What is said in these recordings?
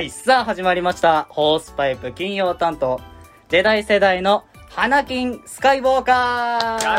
はい、さあ始まりました。ホースパイプ金曜担当、ジェダイ世代の花金スカイウォーカー。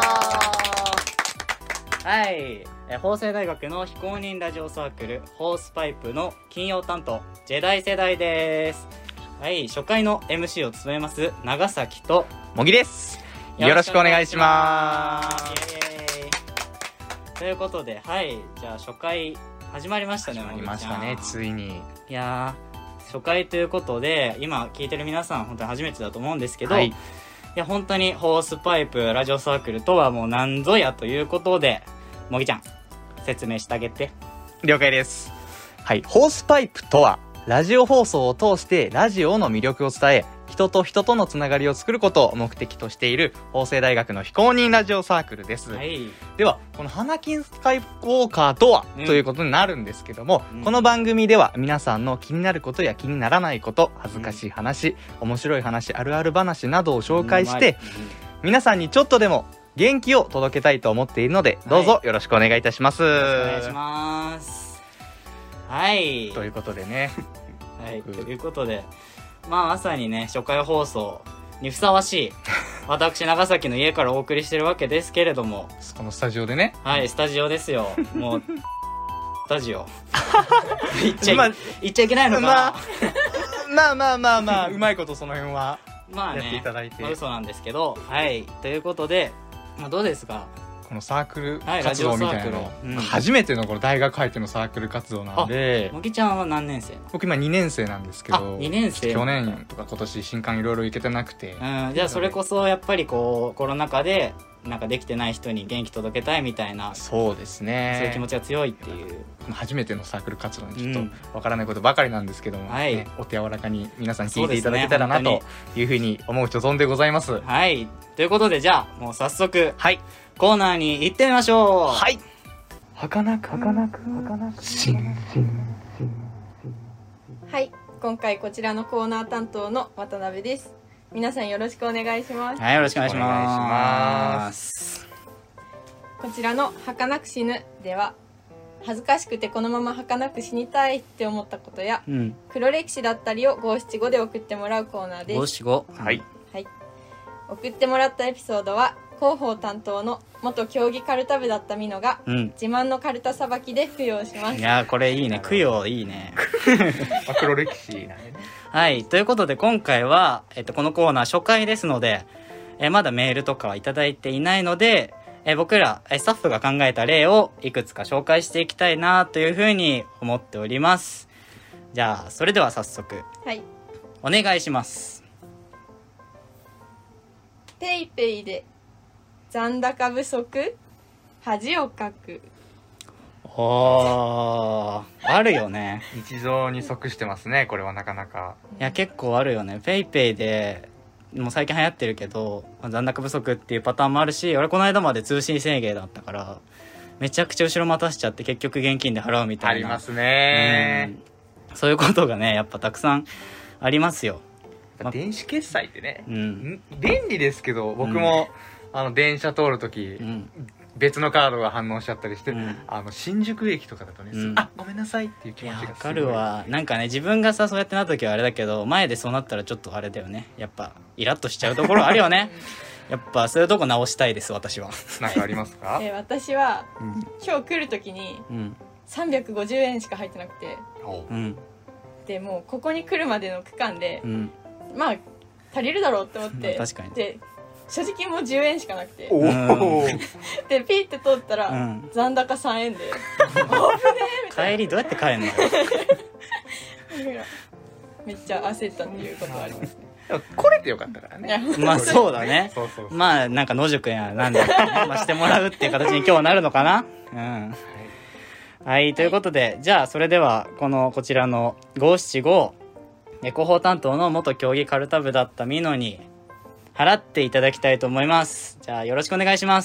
はい、法政大学の非公認ラジオサークルホースパイプの金曜担当、ジェダイ世代です。はい、初回の MC を務めます長崎と茂木です。よろしくお願いします。 イエーイということで、はい、じゃあ初回始まりましたね。 始まりましたね、ついに。 いやー、初回ということで、今聞いてる皆さん本当に初めてだと思うんですけど、 はい、 いや本当にホースパイプラジオサークルとはもう何ぞやということで、もぎちゃん説明してあげて。 了解です。はい、ホースパイプとはラジオ放送を通してラジオの魅力を伝え、人と人とのつながりを作ることを目的としている法政大学の非公認ラジオサークルです。 はい、 ではこの花金スカイウォーカーとは、ということになるんですけども、この番組では皆さんの気になることや気にならないこと、恥ずかしい話、面白い話、あるある話などを紹介して、皆さんにちょっとでも元気を届けたいと思っているので、どうぞよろしくお願いいたします。 よろしくお願いします。はい、 ということでねはい、ということで、まあまさにね、初回放送にふさわしい私長崎の家からお送りしてるわけですけれども、 このスタジオでね、 はい、スタジオですよ。もうスタジオ言っちゃいけないのかな。 まあうまいことその辺はまあね、 やっていただいて、 嘘なんですけど、はいということで、まあ、どうですかこのサークルはい活動みたいなの、初めてのこの大学入ってのサークル活動なんで。 もぎちゃんは何年生？ 僕今2年生なんですけど。 2年生。 去年とか今年新刊いろいろ行けてなくて、 じゃあそれこそやっぱりこうコロナ禍でなんかできてない人に元気届けたいみたいな、 そうですね、 そういう気持ちが強いっていう、 初めてのサークル活動にちょっとわからないことばかりなんですけども、ね、お手柔らかに皆さん聞いていただけたらな、というふうに思う所存でございます。 はい、ということで、じゃあもう早速、 はい、 コーナーに行ってみましょう。 はい、儚くはい、今回こちらのコーナー担当の渡辺です。皆さんよろしくお願いします。 はい、よろしくお願いします。 こちらの儚く死ぬでは、恥ずかしくてこのまま儚く死にたいって思ったことや、黒歴史だったりを五七五で送ってもらうコーナーです。 五七五、 はい、 はい、送ってもらったエピソードは広報担当の元競技カルタ部だったミノが、自慢のカルタさばきで供養します。 いやー、これいいね、供養いいね。 黒歴史なんでね。 はい、ということで今回は、このコーナー初回ですので、まだメールとかはいただいていないので、僕らスタッフが考えた例をいくつか紹介していきたいなというふうに思っております。じゃあそれでは早速、 はい、 お願いします。 ペイペイで残高不足恥をかく。 あるよね。 日常に即してますね、これはなかなか。 いや結構あるよね。ペイペイでもう最近流行ってるけど残高不足っていうパターンもあるし、俺この間まで通信制限だったからめちゃくちゃ後ろ待たせちゃって結局現金で払うみたいな、 ありますね、 そういうことがねやっぱたくさんありますよ。 電子決済ってね、便利ですけど、僕も、電車通るとき、別のカードが反応しちゃったりして、新宿駅とかだとね、ごめんなさいっていう気持ちがすごい。わかるわ。なんかね、自分がさそうやってなった時はあれだけど、前でそうなったらちょっとあれだよね、やっぱイラッとしちゃうところあるよね。やっぱそういうとこ直したいです、私は。 なんかありますか？ 私は、今日来る時に、350円しか入ってなくて、でもうここに来るまでの区間で、まあ足りるだろうって思って、 確かに。 で所持金も10円しかなくて、でピーって通ったら、残高3円で危ねえみたいな。 帰りどうやって帰るの？ めっちゃ焦ったっていうことはありますね。 来れてよかったからね。 まあそうだね。まあなんか野宿やなんだしてもらうっていう形に今日はなるのかな。はい、ということで、じゃあそれではこちらの五七五広報担当の元競技カルタ部だったミノに払っていただきたいと思います。じゃあよろしくお願いします。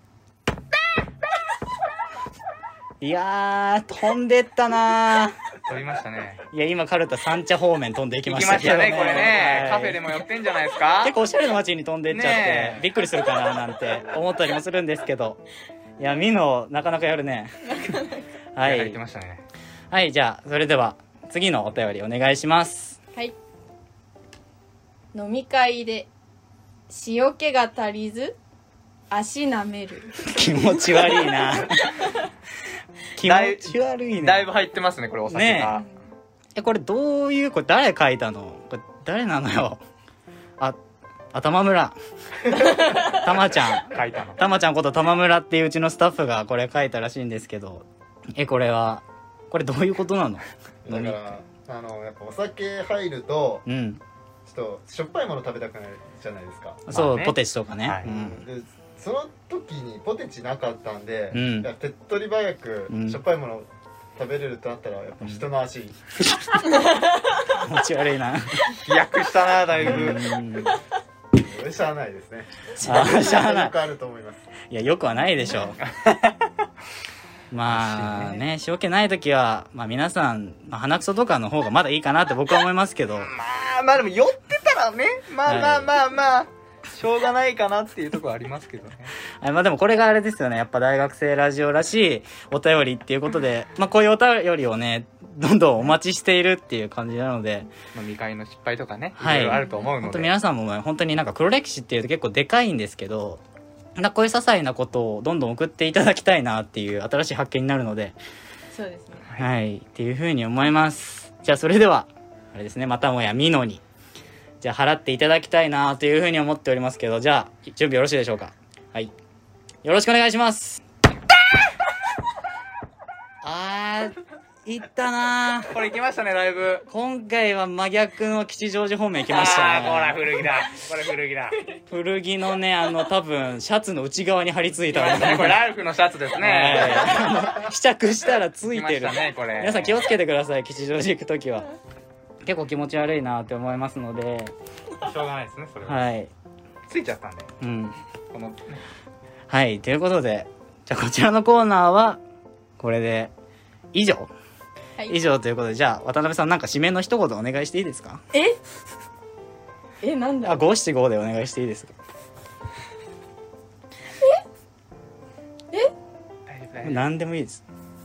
いやー飛んでったなー。 飛びましたね。 いや今カルタ三茶方面飛んでいきました。 行きましたね、これね。カフェでも寄ってんじゃないですか。 結構おしゃれな街に飛んでっちゃってびっくりするかななんて思ったりもするんですけど、いやミノなかなかやるね。はい、 入ってましたね。 はい、じゃあそれでは次のお便りお願いします。 はい。飲み会で塩気が足りず足舐める。 気持ち悪いな。気持ち悪いな。 だいぶ入ってますね、これお酒が。 ね、これどういう、これ誰書いたの？これ誰なのよ。玉村。たまちゃん。 書いたの。 たまちゃんこと玉村っていううちのスタッフがこれ書いたらしいんですけど、これどういうことなの？ だからやっぱお酒入ると、ちょっとしょっぱいもの食べたくなるじゃないですか。 そう、ポテチとかね。 でその時にポテチなかったんで、手っ取り早くしょっぱいもの食べれるとなったらやっぱ人の足。気持ち悪いな。 飛躍したな、だいぶ。 しゃあないですね。 しゃあない。 よくあると思います。 いや、よくはないでしょう。まあね、塩気ない時は、まあ皆さん、鼻くそとかの方がまだいいかなって僕は思いますけど。 まあでも酔ってたらね、まあ、しょうがないかなっていうところありますけどね。 まあでもこれがあれですよね。やっぱ大学生ラジオらしいお便りっていうことで、まあこういうお便りをね、どんどんお待ちしているっていう感じなので。 飲み会の失敗とかね、いろいろあると思うので。 本当皆さんも本当になんか黒歴史っていうと結構でかいんですけど、こういう些細なことをどんどん送っていただきたいなっていう新しい発見になるので。 そうですね。 はい。っていうふうに思います。じゃあそれでは、あれですね、またもやミノに。じゃあ払っていただきたいなというふうに思っておりますけど、じゃあ準備よろしいでしょうか。はい。よろしくお願いします。いったなこれ行きましたね、だいぶ。 今回は真逆の吉祥寺方面行きましたね。 ほら、古着だ。これ古着だ。 古着のね、多分、シャツの内側に貼り付いた。 これラルフのシャツですね。 試着したらついてる。 ね、これ。 皆さん気をつけてください、吉祥寺行くときは。結構気持ち悪いなって思いますので。 しょうがないですね、それは。 はい。 ついちゃったんで。このね。 はい、ということで、じゃあこちらのコーナーは、これで、以上、はい、以上ということで、じゃあ渡辺さんなんか締めの一言お願いしていいですか？ なんだ 5、7、5でお願いしていいですか？何でもいいです。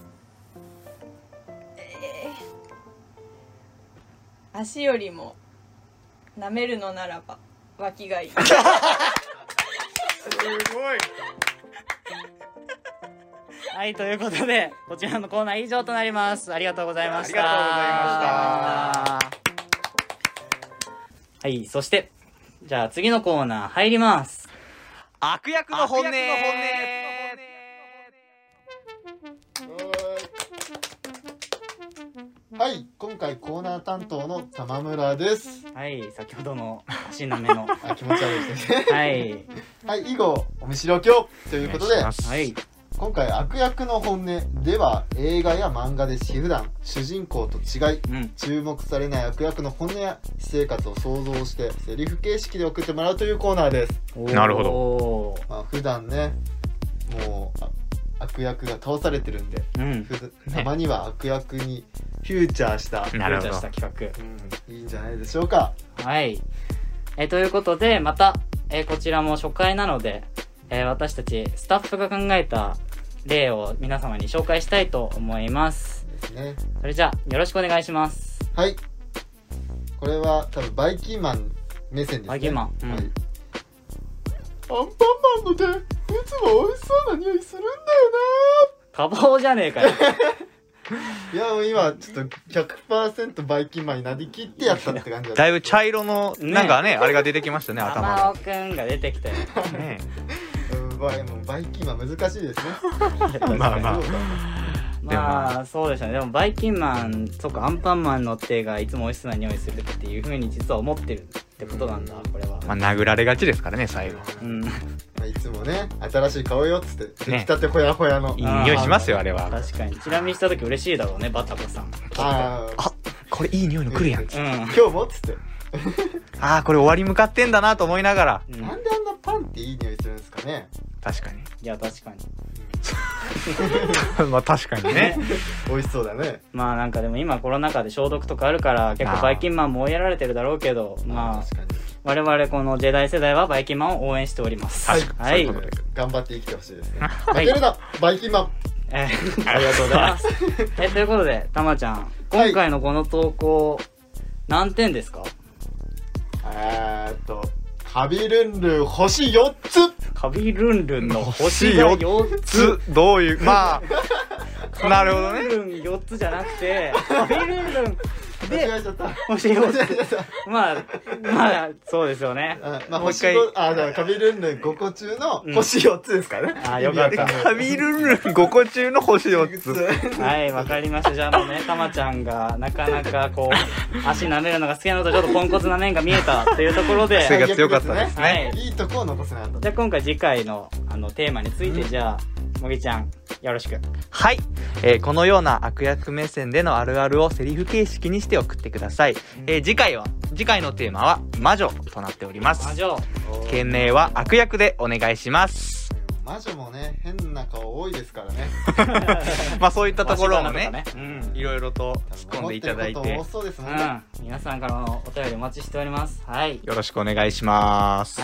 足よりも舐めるのならば脇がいい。すごい。 はい、ということでこちらのコーナー以上となります。ありがとうございました。 ありがとうございました。 はい、そしてじゃあ次のコーナー入ります。 悪役の本音。 はい、今回コーナー担当の玉村です。 はい、先ほどの足なめの気持ち悪いですね。 はいはい、以後お見知りおきをということで、 はい、 今回悪役の本音では映画や漫画で普段主人公と違い、注目されない悪役の本音や私生活を想像してセリフ形式で送ってもらうというコーナーです。 なるほど。普段ね、もう悪役が倒されてるんで、たまには悪役にフューチャーした企画、 いいんじゃないでしょうか。 はい、ということでまた、こちらも初回なので、私たちスタッフが考えた例を皆様に紹介したいと思いますですね。 それじゃあよろしくお願いします。 はい、これは多分バイキンマン目線ですね。 バイキンマン、はい、 アンパンマンの手いつも美味しそうな匂いするんだよな。カバオじゃねえかよ。 いやもう今ちょっと 100% バイキンマンになりきってやったって感じだ。 だいぶ茶色のなんかねあれが出てきましたね、頭が。玉尾くんが出てきたよね。 バイキンマン難しいですね。 まあそうでしたね。でもバイキンマン、そっか、アンパンマンの手がいつも美味しそうな匂いするっていう風に実は思ってるってことなんだ、これは。 まあ殴られがちですからね、最後。 いつもね、新しい顔よっつって出来たてほやほやのいい匂いしますよ、あれは。 確かに。ちなみにした時嬉しいだろうね、バタコさん。 あ、これいい匂いの来るやん。 今日もっつって。 これ終わり向かってんだなと思いながら。 なんであんなパンっていい匂いするんですかね。 確かに。 いや、確かに。 まあ確かにね。 美味しそうだね。 まあなんかでも今コロナ禍で消毒とかあるから結構バイキンマンも追いやられてるだろうけど、まあ我々このジェダイ世代はバイキンマンを応援しております。 はい。頑張って生きてほしいですね。負けるな、バイキンマン。 ありがとうございます。ということで、たまちゃん、 今回のこの投稿、何点ですか？ カビルンルン星4つ。 カビルンルンの星が4つ。 どういう、まあ、なるほどね。 カビルンルン4つじゃなくて、カビルンルンで間違えちゃった。 星4つ。まあ、そうですよね。 まあ、星5、だからカビルンルン5個中の星4つですからね。 よかった。 カビルンルン5個中の星4つ。 はい、わかりました。じゃあもうね、たまちゃんがなかなかこう、足舐めるのが好きなのとちょっとポンコツな面が見えたっていうところで。 癖が強かったですね。 はい。 いいとこを残せなかった。 じゃあ今回次回のテーマについて、じゃあ、もぎちゃん、よろしく。 はい、このような悪役目線でのあるあるをセリフ形式にして送ってください。次回のテーマは魔女となっております。 魔女。 件名は悪役でお願いします。 魔女もね、変な顔多いですからね。 まあそういったところもね、 ね、 いろいろと突っ込んでいただいて、 皆さんからのお便りお待ちしております。はい。 よろしくお願いします。 はい。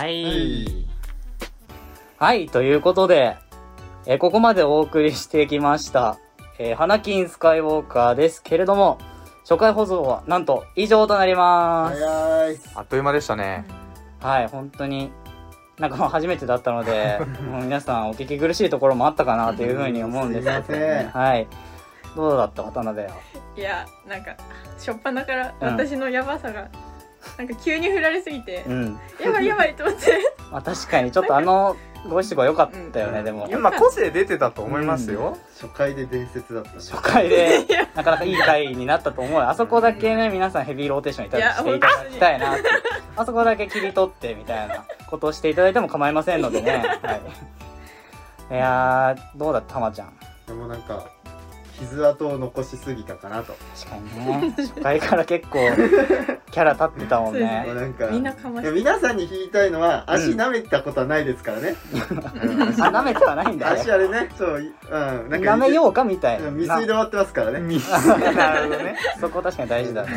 はい、ということで、ここまでお送りしてきました、花金スカイウォーカーですけれども、初回放送はなんと以上となります。 あっという間でしたね。 はい、本当になんかもう初めてだったので、もう皆さんお聞き苦しいところもあったかなというふうに思うんですけど、ね、はい。どうだった渡辺は。 いや、なんか初っ端から私のヤバさが、なんか急に振られすぎて、やばいやばいと思って。 まあ確かにちょっと五七五良かったよね、でも。 まあ個性出てたと思いますよ。 初回で伝説だった。 初回でなかなかいい回になったと思うよ。あそこだけね、皆さんヘビーローテーションしていただきたいなって。あそこだけ切り取ってみたいなことをしていただいても構いませんのでね。はい。いやー、どうだったたまちゃん。 でもなんか傷跡を残しすぎたかなと。 確かにね。初回から結構キャラ立ってたもんね。 なんかみんなかまして。 皆さんに聞きたいのは、足舐めたことはないですからね。 舐めてはないんだよ。 足あれね、そう、 なんか舐めようかみたいな。 未遂で終わってますからね。 なるほどね。 そこ確かに大事だね。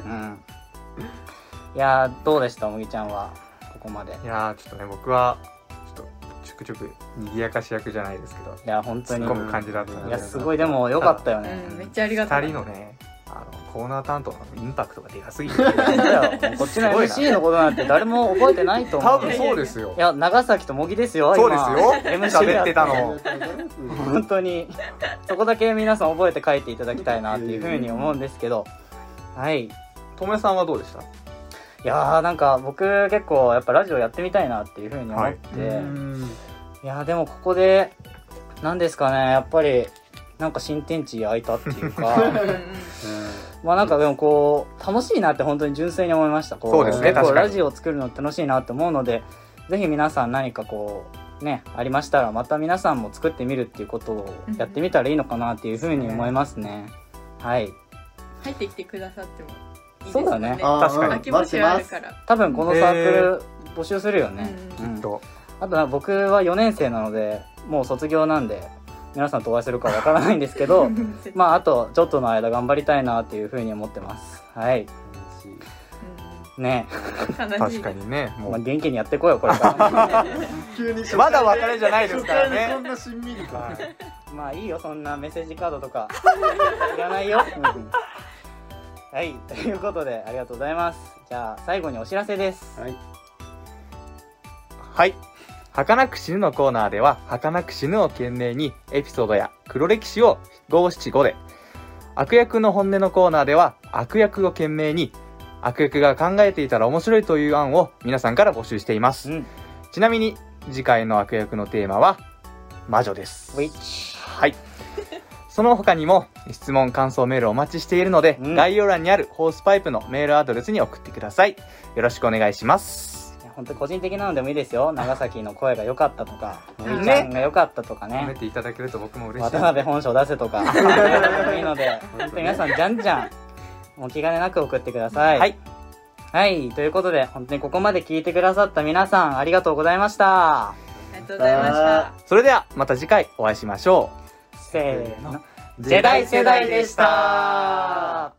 いやー、どうでしたもぎちゃんはここまで。 いやー、ちょっとね、僕はちょっとちょくちょく賑やかし役じゃないですけど、 いや本当に突っ込む感じだったので、 いやすごいでも良かったよね。 めっちゃありがたい。 2人のね、コーナー担当のインパクトがでかすぎて、 こっちの MC のことなんて誰も覚えてないと思う。 多分そうですよ。 いや長崎と茂木ですよ。 そうですよ。 MC 喋ってたの。 本当にそこだけ皆さん覚えて書いていただきたいなっていうふうに思うんですけど、はい。 ともえさんはどうでした？ いやーなんか僕結構やっぱラジオやってみたいなっていうふうに思って、いやでもここで何ですかね、やっぱりなんか新天地開いたっていうかまあなんかでもこう楽しいなって本当に純粋に思いました。 そうですね、 結構ラジオを作るの楽しいなって思うので、ぜひ皆さん何かこうねありましたらまた皆さんも作ってみるっていうことをやってみたらいいのかなっていうふうに思いますね。はい。 入ってきてくださってもいいですね。 そうだね。 確かに。 空き募集あるから。 多分このサークル募集するよね。 きっと。 あとは僕は4年生なのでもう卒業なんで皆さんとお会いするかわからないんですけどまああとちょっとの間頑張りたいなっていうふうに思ってます。はいね。 確かにね、 もう元気にやってこようこれから急にまだ別れじゃないですからね。 そんなしんみりか。 まあいいよ、そんなメッセージカードとかいらないよはい、ということでありがとうございます。じゃあ最後にお知らせです。 はい、儚く死ぬのコーナーでは儚く死ぬを懸命にエピソードや黒歴史を575で、悪役の本音のコーナーでは悪役を懸命に悪役が考えていたら面白いという案を皆さんから募集しています、ちなみに次回の悪役のテーマは魔女です。はい。その他にも質問感想メールをお待ちしているので、概要欄にあるホースパイプのメールアドレスに送ってください。よろしくお願いします。 本当に個人的なのでもいいですよ。長崎の声が良かったとか、みちゃんが良かったとかね。 褒めていただけると僕も嬉しい。 渡辺本性出せとか、いいので、本当に皆さんじゃんじゃんお気兼ねなく送ってください。はい。はい、ということで本当にここまで聞いてくださった皆さんありがとうございました。 ありがとうございました。 それではまた次回お会いしましょう。 せーの、ジェダイ世代でした。